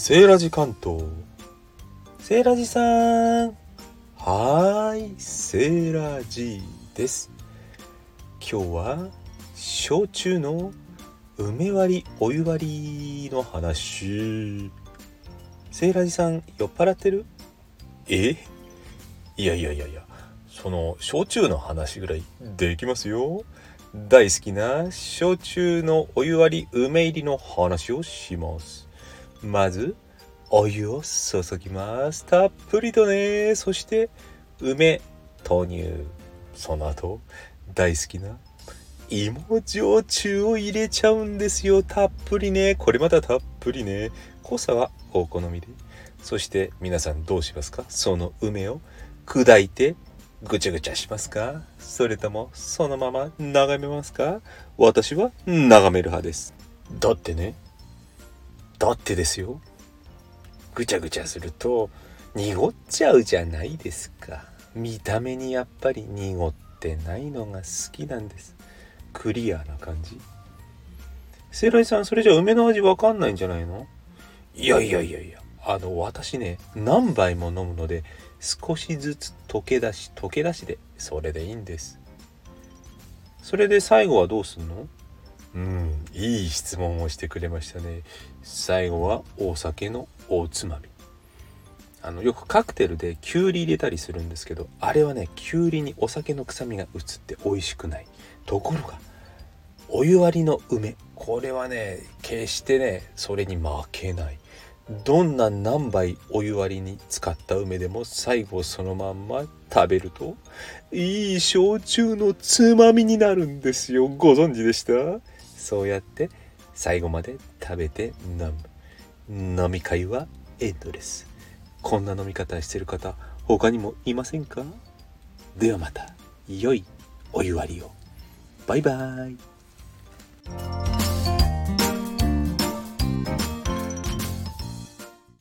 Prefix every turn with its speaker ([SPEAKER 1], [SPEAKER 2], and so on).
[SPEAKER 1] セーラジ関東。セーラジさん。はーい、セーラジです。今日は焼酎の梅割りお湯割りの話。セーラジさん酔っ払ってる？いや、その焼酎の話ぐらいできますよ。大好きな焼酎のお湯割り梅入りの話をします。まずお湯を注ぎます。たっぷりとね。そして梅投入。その後大好きな芋焼酎を入れちゃうんですよ。たっぷりね。これまたたっぷりね。濃さはお好みで。そして皆さんどうしますか？その梅を砕いてぐちゃぐちゃしますか？それともそのまま眺めますか？私は眺める派です。だってですよ。ぐちゃぐちゃすると濁っちゃうじゃないですか。見た目にやっぱり濁ってないのが好きなんです。クリアな感じ。セイライさん、それじゃ梅の味わかんないんじゃないの？いや、私ね、何杯も飲むので少しずつ溶け出しで、それでいいんです。それで最後はどうすんの？いい質問をしてくれましたね。最後はお酒のおつまみ。よくカクテルでキュウリ入れたりするんですけど、あれはね、キュウリにお酒の臭みが移って美味しくない。ところがお湯割りの梅、これはね、決してね、それに負けない。どんな何杯お湯割りに使った梅でも最後そのまんま食べるといい焼酎のつまみになるんですよ。ご存知でした？そうやって最後まで食べて飲む。飲み会はエンドレス。こんな飲み方してる方他にもいませんか？ではまた良いお湯割りを。バイバイ。